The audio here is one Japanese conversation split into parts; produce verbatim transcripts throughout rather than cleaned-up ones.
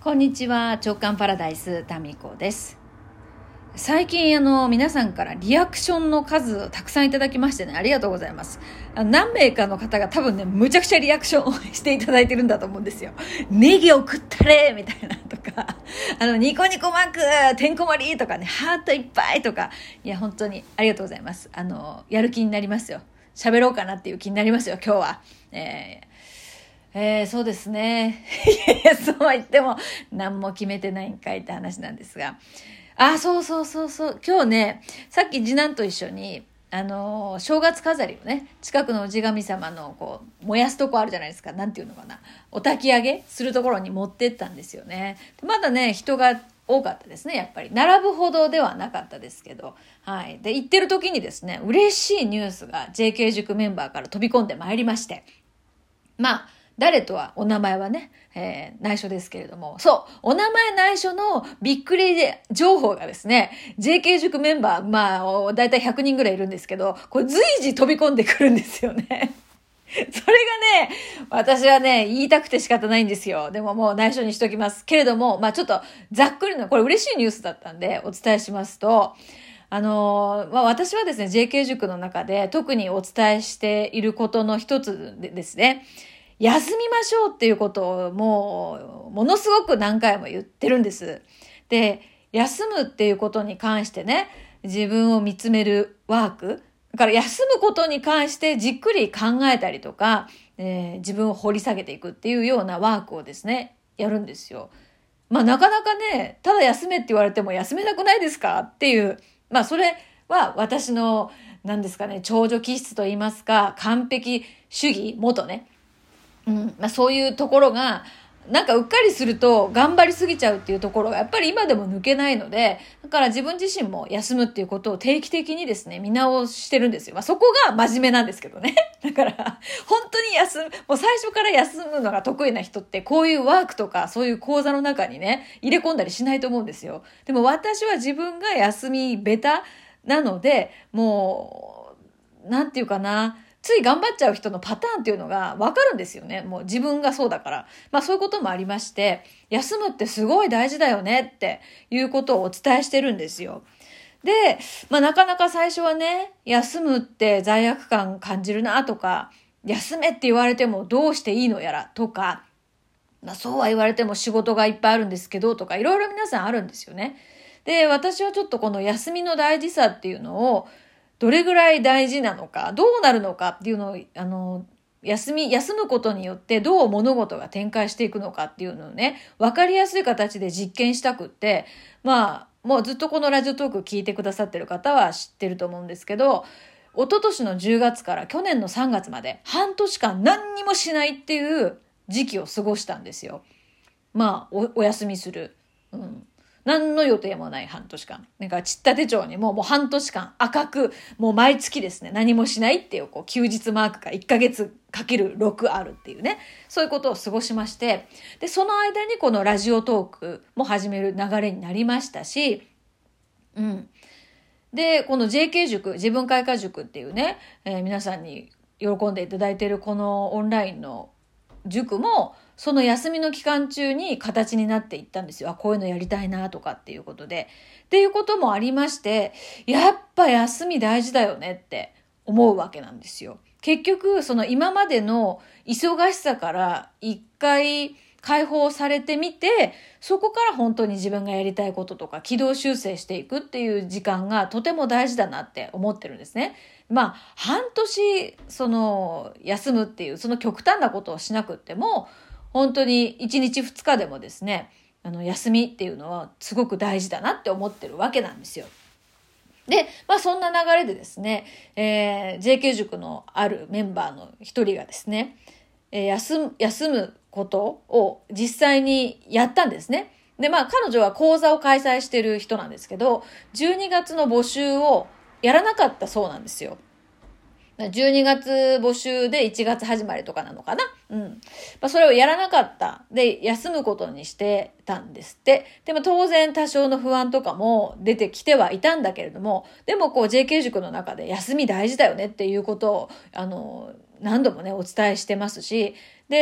こんにちは、直感パラダイスタミコです。最近あの皆さんからリアクションの数たくさんいただきましてね、ありがとうございます。あの何名かの方が多分ね、むちゃくちゃリアクションをしていただいてるんだと思うんですよ。ネギ送ったれみたいなとか、あのニコニコマークてんこ盛りとかね、ハートいっぱいとか、いや本当にありがとうございます。あのやる気になりますよ。喋ろうかなっていう気になりますよ、今日は。えーえー、そうですね。いやいや、そうは言っても何も決めてないんかいって話なんですが。あ、そうそうそうそう。今日ね、さっき次男と一緒に、あのー、正月飾りをね、近くの氏神様のこう、燃やすとこあるじゃないですか。なんていうのかな。お焚き上げするところに持ってったんですよね。まだね、人が多かったですね、やっぱり。並ぶほどではなかったですけど。はい。で、行ってる時にですね、嬉しいニュースが ジェーケー 塾メンバーから飛び込んでまいりまして。まあ、誰とはお名前はね、えー、内緒ですけれども、そう、お名前内緒のびっくり情報がですね、ジェーケー 塾メンバー、まあ、だいたいひゃくにんぐらいいるんですけど、これ随時飛び込んでくるんですよね。それがね、私はね、言いたくて仕方ないんですよ。でももう内緒にしときます。けれども、まあちょっとざっくりの、これ嬉しいニュースだったんでお伝えしますと、あのー、まあ私はですね、ジェーケー 塾の中で特にお伝えしていることの一つでですね、休みましょうっていうことをもうものすごく何回も言ってるんです。で、休むっていうことに関してね、自分を見つめるワーク、だから休むことに関してじっくり考えたりとか、えー、自分を掘り下げていくっていうようなワークをですね、やるんですよ。まあなかなかね、ただ休めって言われても休めなくないですかっていう、まあそれは私の何ですかね、長女気質と言いますか、完璧主義、元ね、うんまあ、そういうところがなんかうっかりすると頑張りすぎちゃうっていうところがやっぱり今でも抜けないので、だから自分自身も休むっていうことを定期的にですね、見直してるんですよ。まあそこが真面目なんですけどね。だから本当に休む、もう最初から休むのが得意な人ってこういうワークとかそういう講座の中にね、入れ込んだりしないと思うんですよ。でも私は自分が休みベタなので、もう、なんていうかな、つい頑張っちゃう人のパターンっていうのがわかるんですよね。もう自分がそうだから。まあそういうこともありまして、休むってすごい大事だよねっていうことをお伝えしてるんですよ。で、まあなかなか最初はね、休むって罪悪感感じるなとか、休めって言われてもどうしていいのやらとか、まあそうは言われても仕事がいっぱいあるんですけどとか、いろいろ皆さんあるんですよね。で、私はちょっとこの休みの大事さっていうのを、どれぐらい大事なのか、どうなるのかっていうのを、あの、休み、休むことによってどう物事が展開していくのかっていうのをね、わかりやすい形で実験したくって、まあ、もうずっとこのラジオトーク聞いてくださってる方は知ってると思うんですけど、一昨年のじゅうがつから去年のさんがつまで半年間何にもしないっていう時期を過ごしたんですよ。まあ、お、お休みする。うん。何の予定もない半年間。なんか、ちった手帳にももう半年間赤く、もう毎月ですね、何もしないっていう、こう、休日マークがいっかげつかけるろくあるっていうね、そういうことを過ごしまして、で、その間にこのラジオトークも始める流れになりましたし、うん。で、この ジェーケー 塾、自分開花塾っていうね、えー、皆さんに喜んでいただいているこのオンラインの塾も、その休みの期間中に形になっていったんですよ。あ、こういうのやりたいなとかっていうことで。っていうこともありまして、やっぱ休み大事だよねって思うわけなんですよ。結局、その今までの忙しさから一回解放されてみて、そこから本当に自分がやりたいこととか軌道修正していくっていう時間がとても大事だなって思ってるんですね。まあ、半年、その、休むっていう、その極端なことをしなくっても、本当にいちにちふつかでもですね、あの、休みっていうのはすごく大事だなって思ってるわけなんですよ。で、まあそんな流れでですね、えー、ジェーケー 塾のあるメンバーの一人がですね、えー、休む、休むことを実際にやったんですね。で、まあ彼女は講座を開催してる人なんですけど、じゅうにがつの募集をやらなかったそうなんですよ。じゅうにがつ募集でいちがつ始まりとかなのかな。うん。まあ、それをやらなかった。で、休むことにしてたんですって。でも当然多少の不安とかも出てきてはいたんだけれども、でもこう ジェーケー 塾の中で休み大事だよねっていうことを、あの、何度もね、お伝えしてますし、で、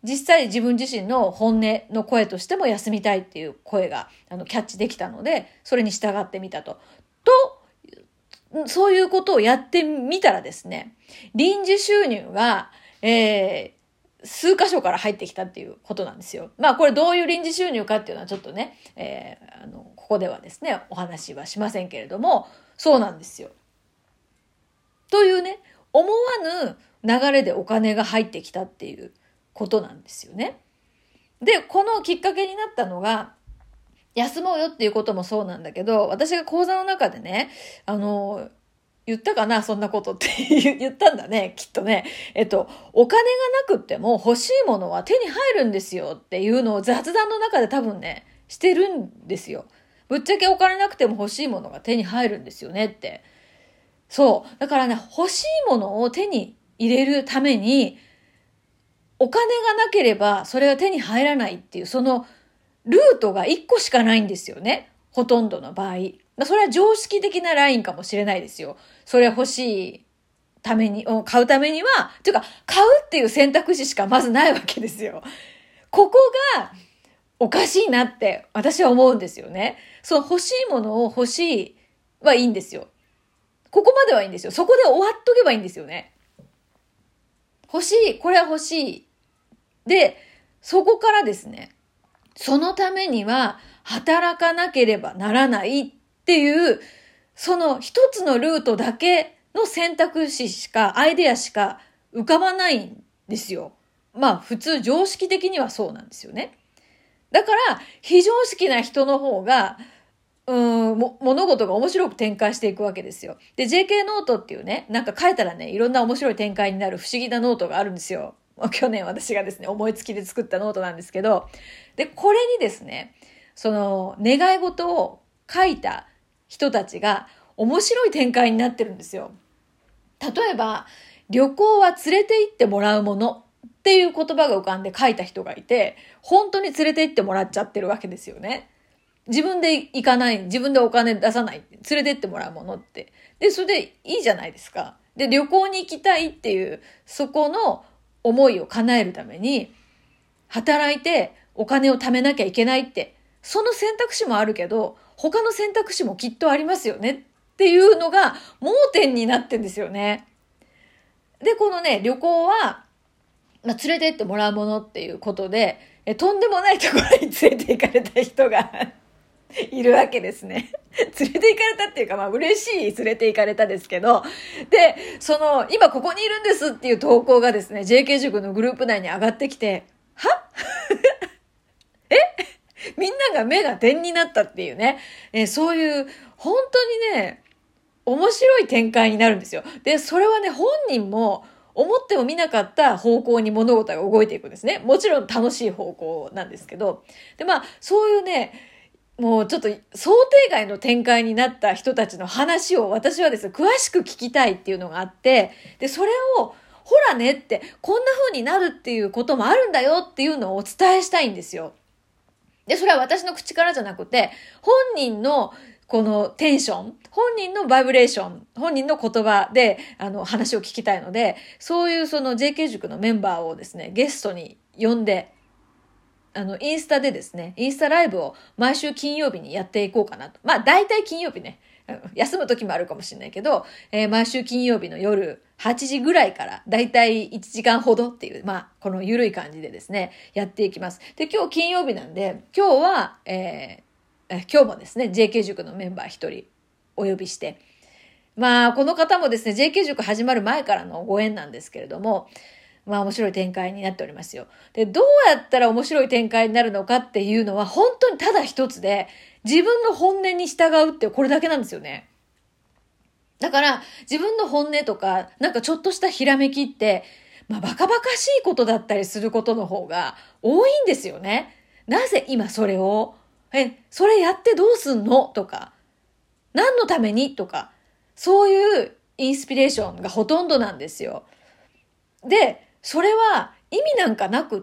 実際自分自身の本音の声としても休みたいっていう声があのキャッチできたので、それに従ってみたと。と、そういうことをやってみたらですね、臨時収入が、えー数箇所から入ってきたっていうことなんですよ。まあこれどういう臨時収入かっていうのはちょっとね、えー、あのここではですねお話はしませんけれども、そうなんですよ。というね、思わぬ流れでお金が入ってきたっていうことなんですよね。で、このきっかけになったのが、休もうよっていうこともそうなんだけど、私が講座の中でね、あの言ったかなそんなことって言ったんだね、きっとね。えっと、お金がなくっても欲しいものは手に入るんですよっていうのを雑談の中で多分ね、してるんですよ。ぶっちゃけお金なくても欲しいものが手に入るんですよねって。そう。だからね、欲しいものを手に入れるために、お金がなければそれが手に入らないっていう、そのルートが一個しかないんですよね。ほとんどの場合。それは常識的なラインかもしれないですよ。それ欲しいために、買うためには、というか、買うっていう選択肢しかまずないわけですよ。ここがおかしいなって私は思うんですよね。その欲しいものを欲しいはいいんですよ。ここまではいいんですよ。そこで終わっとけばいいんですよね。欲しい、これは欲しい。で、そこからですね、そのためには働かなければならないっていう、その一つのルートだけの選択肢しか、アイデアしか浮かばないんですよ。まあ普通常識的にはそうなんですよね。だから非常識な人の方が、うーん、も、物事が面白く展開していくわけですよ。で、ジェーケー ノートっていうね、なんか書いたらね、いろんな面白い展開になる不思議なノートがあるんですよ。去年私がですね、思いつきで作ったノートなんですけど、で、これにですね、その願い事を書いた人たちが面白い展開になってるんですよ。例えば、旅行は連れて行ってもらうものっていう言葉が浮かんで書いた人がいて、本当に連れて行ってもらっちゃってるわけですよね。自分で行かない、自分でお金出さない、連れてってもらうものって。で、それでいいじゃないですか。で、旅行に行きたいっていう、そこの思いを叶えるために、働いてお金を貯めなきゃいけないって、その選択肢もあるけど、他の選択肢もきっとありますよねっていうのが盲点になってんですよね。で、このね、旅行は、まあ、連れてってもらうものっていうことで、えとんでもないところに連れて行かれた人がいるわけですね。連れて行かれたっていうか、まあ嬉しい連れて行かれたですけど、で、その、今ここにいるんですっていう投稿がですね、ジェーケー 塾のグループ内に上がってきて、はえみんなが目が点になったっていうね、えそういう、本当にね、面白い展開になるんですよ。で、それはね、本人も、思っても見なかった方向に物事が動いていくんですね。もちろん楽しい方向なんですけど。で、まあ、そういうね、もうちょっと想定外の展開になった人たちの話を私はですね、詳しく聞きたいっていうのがあって、で、それを、ほらねって、こんな風になるっていうこともあるんだよっていうのをお伝えしたいんですよ。で、それは私の口からじゃなくて、本人のこのテンション、本人のバイブレーション、本人の言葉であの話を聞きたいので、そういうその ジェーケー 塾のメンバーをですね、ゲストに呼んで、あの、インスタでですね、インスタライブを毎週金曜日にやっていこうかなと。まあ、大体金曜日ね、休む時もあるかもしれないけど、えー、毎週金曜日の夜はちじぐらいからだいたいいちじかんほどっていう、まあ、この緩い感じでですね、やっていきます。で、今日金曜日なんで、今日は、えー、今日もですね、ジェーケー 塾のメンバー一人お呼びして、まあ、この方もですね、ジェーケー 塾始まる前からのご縁なんですけれども、まあ面白い展開になっておりますよ。で、どうやったら面白い展開になるのかっていうのは本当にただ一つで、自分の本音に従うってこれだけなんですよね。だから自分の本音とか、なんかちょっとしたひらめきって、まあバカバカしいことだったりすることの方が多いんですよね。なぜ今それを、え、それやってどうすんのとか、何のためにとか、そういうインスピレーションがほとんどなんですよ。で、それは意味なんかなくって、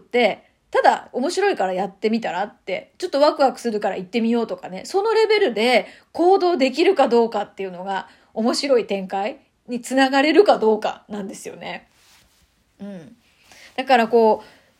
ただ面白いからやってみたらって、ちょっとワクワクするから行ってみようとかね、そのレベルで行動できるかどうかっていうのが面白い展開につながれるかどうかなんですよね。うん。だからこう、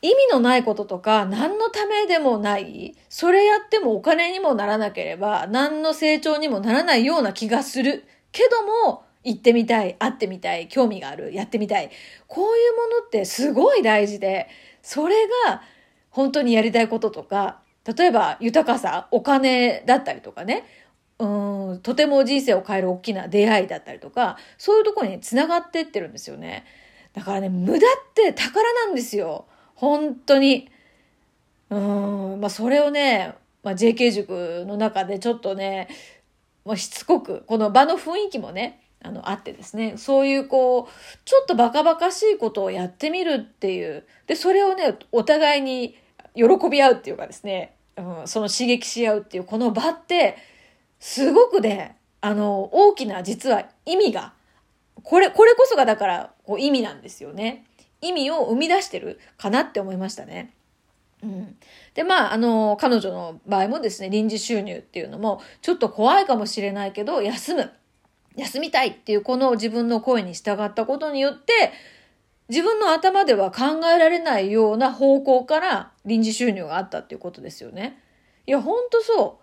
意味のないこととか何のためでもない、それやってもお金にもならなければ何の成長にもならないような気がするけども、行ってみたい、会ってみたい、興味がある、やってみたい、こういうものってすごい大事で、それが本当にやりたいこととか、例えば豊かさ、お金だったりとかね、うーん、とても人生を変える大きな出会いだったりとか、そういうところに繋がってってるんですよね。だからね、無駄って宝なんですよ。本当に。うーん、まあそれをね、まあ、ジェーケー 塾の中でちょっとね、まあ、しつこく、この場の雰囲気もね、あの、あってですね、そういうこう、ちょっとバカバカしいことをやってみるっていう、で、それをね、お互いに喜び合うっていうかですね、うん、その刺激し合うっていう、この場って、すごくね、あの、大きな実は意味が、これ、これこそがだから、こう意味なんですよね。意味を生み出してるかなって思いましたね。うん、で、まあ、あの、彼女の場合もですね、臨時収入っていうのも、ちょっと怖いかもしれないけど、休む。休みたいっていうこの自分の声に従ったことによって、自分の頭では考えられないような方向から臨時収入があったっていうことですよね。いや、ほんとそう。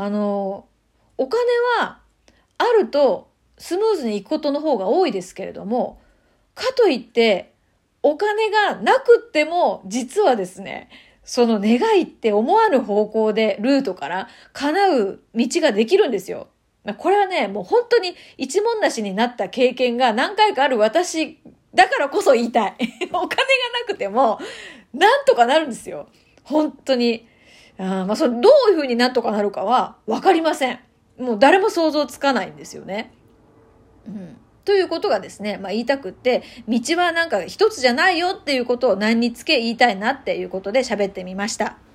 あの、お金はあるとスムーズにいくことの方が多いですけれども、かといってお金がなくっても実はですね、その願いって思わぬ方向でルートから叶う道ができるんですよ。これはね、もう本当に一文無しになった経験が何回かある私だからこそ言いたい。お金がなくてもなんとかなるんですよ。本当に。あまあ、それどういうふうになんとかなるかはわかりません。もう誰も想像つかないんですよね。うん。ということがですね、まあ言いたくって、道はなんか一つじゃないよっていうことを何につけ言いたいなっていうことで喋ってみました。